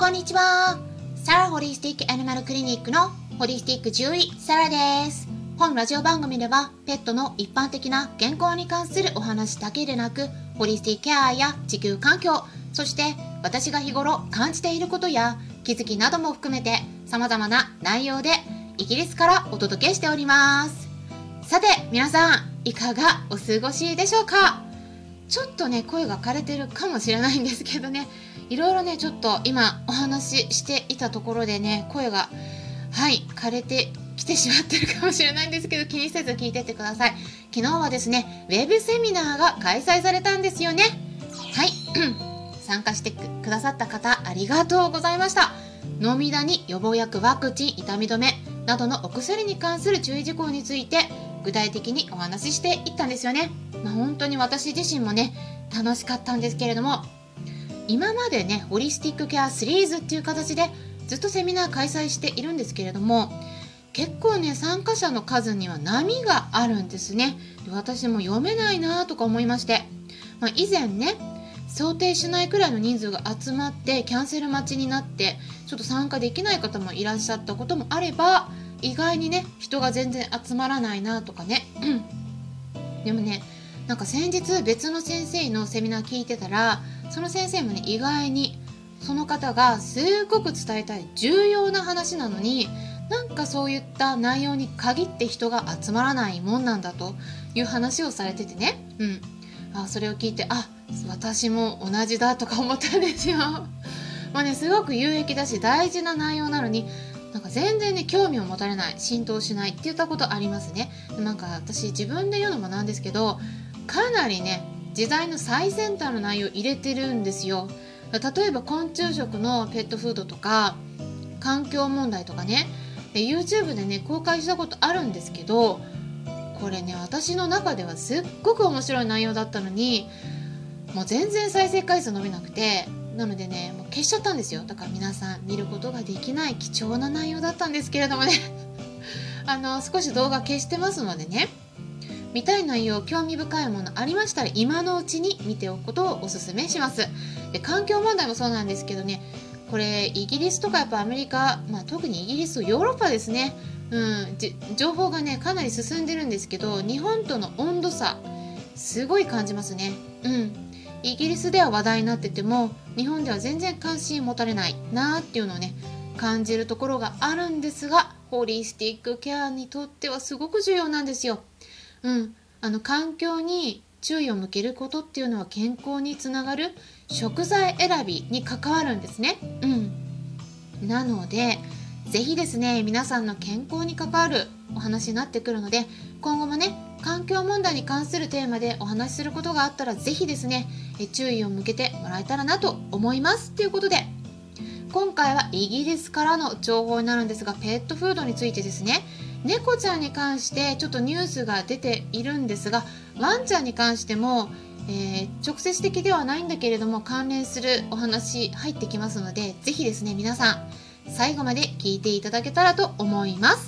こんにちは。サラホリスティックアニマルクリニックのホリスティック獣医サラです。本ラジオ番組ではペットの一般的な健康に関するお話だけでなく、ホリスティックケアや地球環境、そして私が日頃感じていることや気づきなども含めて様々な内容でイギリスからお届けしております。さて皆さん、いかがお過ごしでしょうか？ちょっとね声が枯れてるかもしれないんですけどね、いろいろねちょっと今お話ししていたところでね声が枯れてきてしまってるかもしれないんですけど、気にせず聞いてってください。昨日はですねウェブセミナーが開催されたんですよね。参加してくださった方ありがとうございました。飲みダニ、予防薬、ワクチン、痛み止めなどのお薬に関する注意事項について具体的にお話ししていったんですよね。本当に私自身もね楽しかったんですけれども、今までねホリスティックケアシリーズっていう形でずっとセミナー開催しているんですけれども、結構ね参加者の数には波があるんですね。で、私も読めないなとか思いまして、以前ね想定しないくらいの人数が集まってキャンセル待ちになってちょっと参加できない方もいらっしゃったこともあれば、意外にね人が全然集まらないなとかねでもねなんか先日別の先生のセミナー聞いてたら、その先生もね意外にその方がすごく伝えたい重要な話なのに、なんかそういった内容に限って人が集まらないもんなんだという話をされててね、それを聞いて私も同じだとか思ったんですよ。すごく有益だし大事な内容なのに、なんか全然ね興味を持たれない、浸透しないって言ったことありますね。なんか私自分で言うのもなんですけど、かなりね時代の最先端の内容を入れてるんですよ。例えば昆虫食のペットフードとか環境問題とかね、YouTube でね公開したことあるんですけど、これね私の中ではすっごく面白い内容だったのに、もう全然再生回数伸びなくて、なのでねもう消しちゃったんですよ。だから皆さん見ることができない貴重な内容だったんですけれどもね少し動画消してますのでね、見たい内容、興味深いものありましたら今のうちに見ておくことをお勧めします。で、環境問題もそうなんですけどね、これイギリスとかやっぱアメリカ、特にイギリスとヨーロッパですね、情報がねかなり進んでるんですけど、日本との温度差すごい感じますね。イギリスでは話題になってても日本では全然関心持たれないなっていうのをね感じるところがあるんですが、ホリスティックケアにとってはすごく重要なんですよ。環境に注意を向けることっていうのは健康につながる食材選びに関わるんですね。なのでぜひですね皆さんの健康に関わるお話になってくるので、今後もね環境問題に関するテーマでお話しすることがあったらぜひですね注意を向けてもらえたらなと思いますということで、今回はイギリスからの情報になるんですが、ペットフードについてですね、猫ちゃんに関してちょっとニュースが出ているんですが、ワンちゃんに関しても、直接的ではないんだけれども関連するお話入ってきますので、ぜひですね皆さん最後まで聞いていただけたらと思います。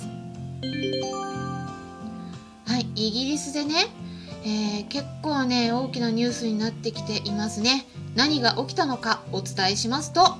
イギリスでね、結構ね大きなニュースになってきていますね。何が起きたのかお伝えしますと、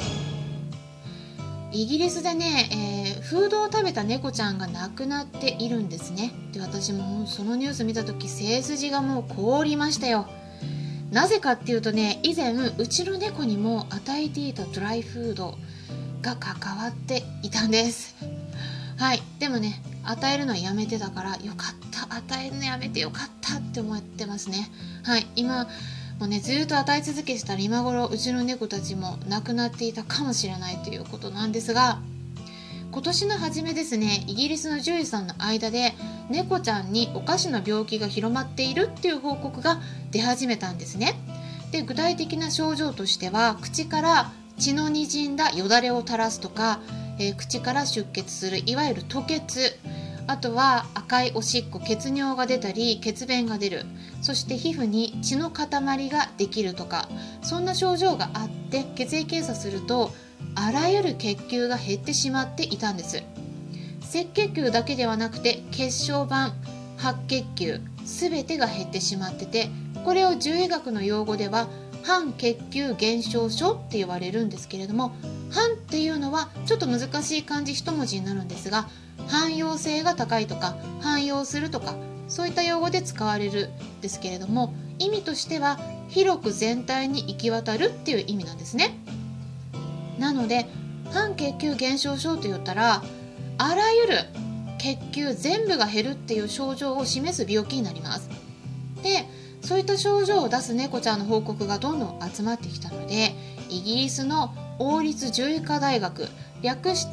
イギリスでね、フードを食べた猫ちゃんが亡くなっているんですね。で、私もそのニュース見た時背筋がもう凍りましたよ。なぜかっていうとね、以前うちの猫にも与えていたドライフードが関わっていたんです。でもね与えるのはやめてたからよかった、与えるのやめてよかったって思ってますね。今もうねずっと与え続けてたら今頃うちの猫たちも亡くなっていたかもしれないということなんですが、今年の初めですね、イギリスの獣医さんの間で猫ちゃんにおかしな病気が広まっているっていう報告が出始めたんですね。で、具体的な症状としては口から血のにじんだよだれを垂らすとか、口から出血するいわゆる吐血、あとは赤いおしっこ、血尿が出たり血便が出る、そして皮膚に血の塊ができるとか、そんな症状があって血液検査するとあらゆる血球が減ってしまっていたんです。赤血球だけではなくて血小板、白血球すべてが減ってしまってて、これを獣医学の用語では半血球減少症って言われるんですけれども、半っていうのはちょっと難しい漢字一文字になるんですが、汎用性が高いとか汎用するとか、そういった用語で使われるんですけれども、意味としては広く全体に行き渡るっていう意味なんですね。なので半血球減少症と言ったら、あらゆる血球全部が減るっていう症状を示す病気になります。で、そういった症状を出す猫ちゃんの報告がどんどん集まってきたので、イギリスの王立獣医科大学、略して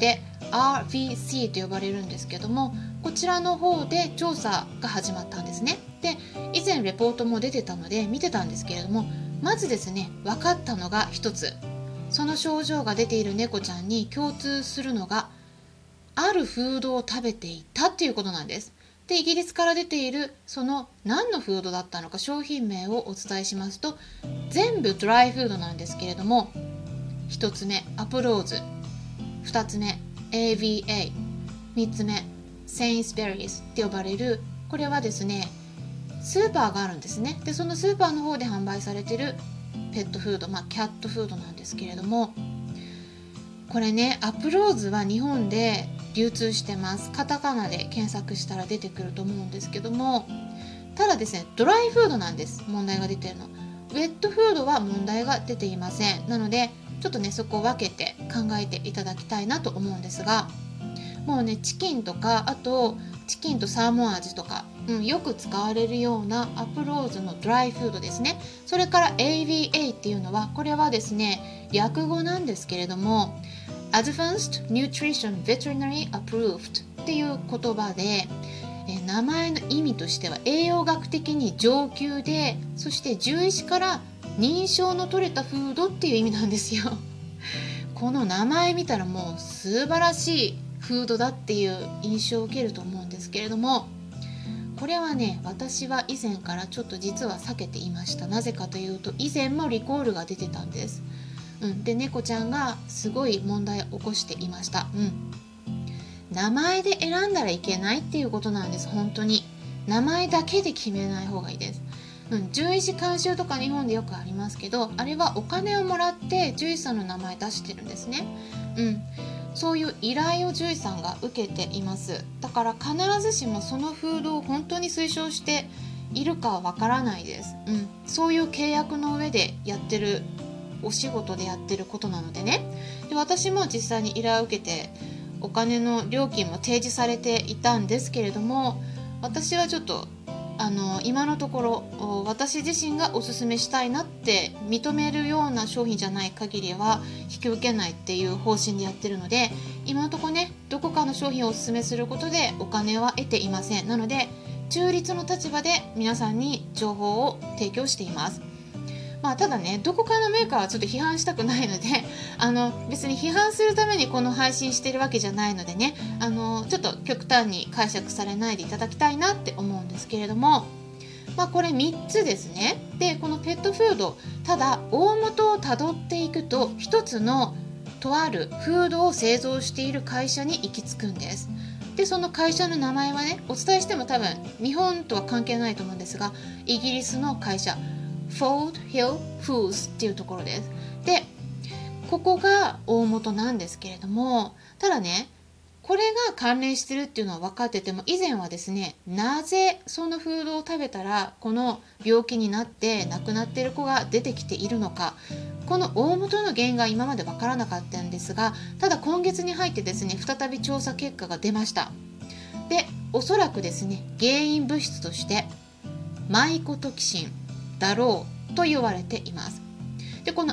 RVC と呼ばれるんですけども、こちらの方で調査が始まったんですね。で、以前レポートも出てたので見てたんですけれども、まずですね、分かったのが一つ。その症状が出ている猫ちゃんに共通するのが、あるフードを食べていたっていうことなんです。で、イギリスから出ているその何のフードだったのか商品名をお伝えしますと、全部ドライフードなんですけれども、1つ目アプローズ、2つ目 AVA、 3つ目セインスベリーズって呼ばれる、これはですねスーパーがあるんですね。で、そのスーパーの方で販売されているペットフード、キャットフードなんですけれども、これね、アプローズは日本で流通してます。カタカナで検索したら出てくると思うんですけども、ただですね、ドライフードなんです、問題が出てるの。ウェットフードは問題が出ていません。なのでちょっとね、そこを分けて考えていただきたいなと思うんですが、もうね、チキンとか、あとチキンとサーモン味とか、よく使われるようなアプローズのドライフードですね。それから AVA っていうのは、これはですね、訳語なんですけれども、Advanced Nutrition Veterinary Approved っていう言葉で、名前の意味としては栄養学的に上級で、そして獣医師から認証の取れたフードっていう意味なんですよ。この名前見たらもう素晴らしいフードだっていう印象を受けると思うんですけれども、これはね、私は以前からちょっと実は避けていました。なぜかというと、以前もリコールが出てたんです。で、猫ちゃんがすごい問題を起こしていました。名前で選んだらいけないっていうことなんです。本当に名前だけで決めない方がいいです。獣医師監修とか日本でよくありますけど、あれはお金をもらって獣医師さんの名前出してるんですね。そういう依頼を獣医さんが受けています。だから必ずしもそのフードを本当に推奨しているかはわからないです。そういう契約の上でやってるお仕事でやってることなのでね。で、私も実際に依頼を受けてお金の料金も提示されていたんですけれども、私はちょっと今のところ私自身がおすすめしたいなって認めるような商品じゃない限りは引き受けないっていう方針でやってるので、今のところね、どこかの商品をおすすめすることでお金は得ていません。なので中立の立場で皆さんに情報を提供しています。ただね、どこかのメーカーはちょっと批判したくないので、別に批判するためにこの配信してるわけじゃないのでね、ちょっと極端に解釈されないでいただきたいなって思うんですけれども、これ3つですね。で、このペットフード、ただ大元をたどっていくと一つのとあるフードを製造している会社に行き着くんです。で、その会社の名前はね、お伝えしても多分日本とは関係ないと思うんですが、イギリスの会社Fold Hill Foods っていうところです。で、ここが大元なんですけれども、ただね、これが関連してるっていうのは分かってても、以前はですね、なぜそのフードを食べたらこの病気になって亡くなっている子が出てきているのか、この大元の原因が今まで分からなかったんですが、ただ今月に入ってですね、再び調査結果が出ました。で、おそらくですね、原因物質としてマイコトキシンだろうと言われています。で、この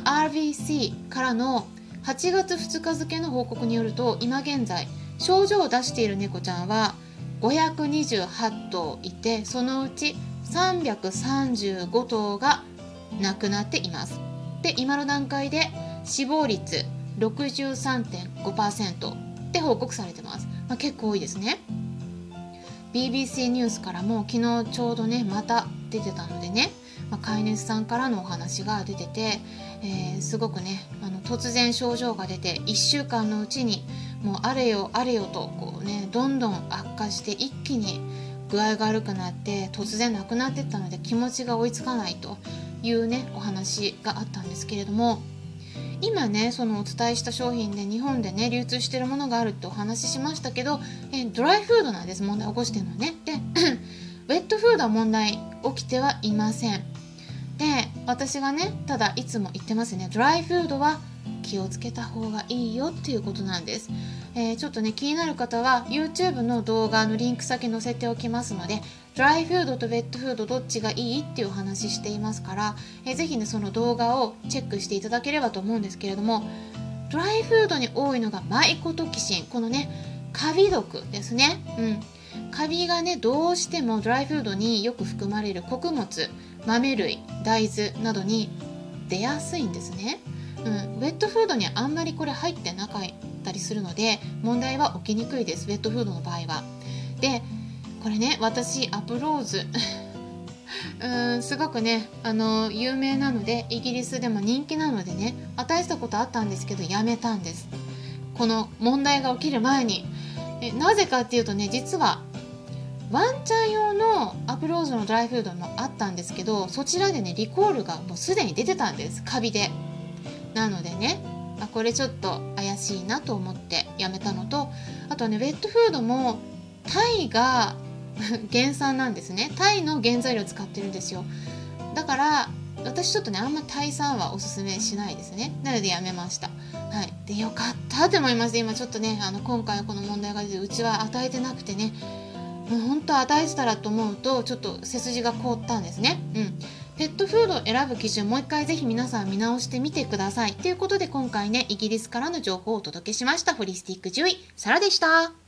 RVC からの8月2日付の報告によると、今現在症状を出している猫ちゃんは528頭いて、そのうち335頭が亡くなっています。で、今の段階で死亡率 63.5% で報告されてます。結構多いですね。BBC ニュースからも昨日ちょうどね、また出てたのでね、飼い主さんからのお話が出てて、すごくね、突然症状が出て1週間のうちにもうあれよあれよとこうね、どんどん悪化して一気に具合が悪くなって突然亡くなっていったので、気持ちが追いつかないというねお話があったんですけれども、今ねそのお伝えした商品で日本でね流通しているものがあるってお話ししましたけど、ドライフードなんです。問題を起こしてるのはね。でウェットフードは問題起きてはいません。で私がねただいつも言ってますね、ドライフードは気をつけた方がいいよっていうことなんです。ちょっとね気になる方は YouTube の動画のリンク先載せておきますので、ドライフードとウェットフードどっちがいいっていうお話していますから、ぜひねその動画をチェックしていただければと思うんですけれども、ドライフードに多いのがマイコトキシン、このねカビ毒ですね。カビがねどうしてもドライフードによく含まれる穀物、豆類、大豆などに出やすいんですね。ウェットフードにはあんまりこれ入ってなかったりするので問題は起きにくいです、ウェットフードの場合は。でこれね私アプローズすごくね有名なのでイギリスでも人気なのでね与えたことあったんですけどやめたんです、この問題が起きる前に。なぜかっていうとね、実はワンちゃん用のアプローズのドライフードもあったんですけど、そちらでねリコールがもうすでに出てたんです、カビで。なのでねこれちょっと怪しいなと思ってやめたのと、あとねウェットフードもタイが原産なんですね。タイの原材料を使ってるんですよ。だから私ちょっとねあんまタイ産はおすすめしないですね。なのでやめました。はい、でよかったと思います。今ちょっとね今回この問題が出てうちは与えてなくてね、もう本当与えてたらと思うとちょっと背筋が凍ったんですね。ペットフードを選ぶ基準もう一回ぜひ皆さん見直してみてくださいということで、今回ねイギリスからの情報をお届けしました。ホリスティック獣医サラでした。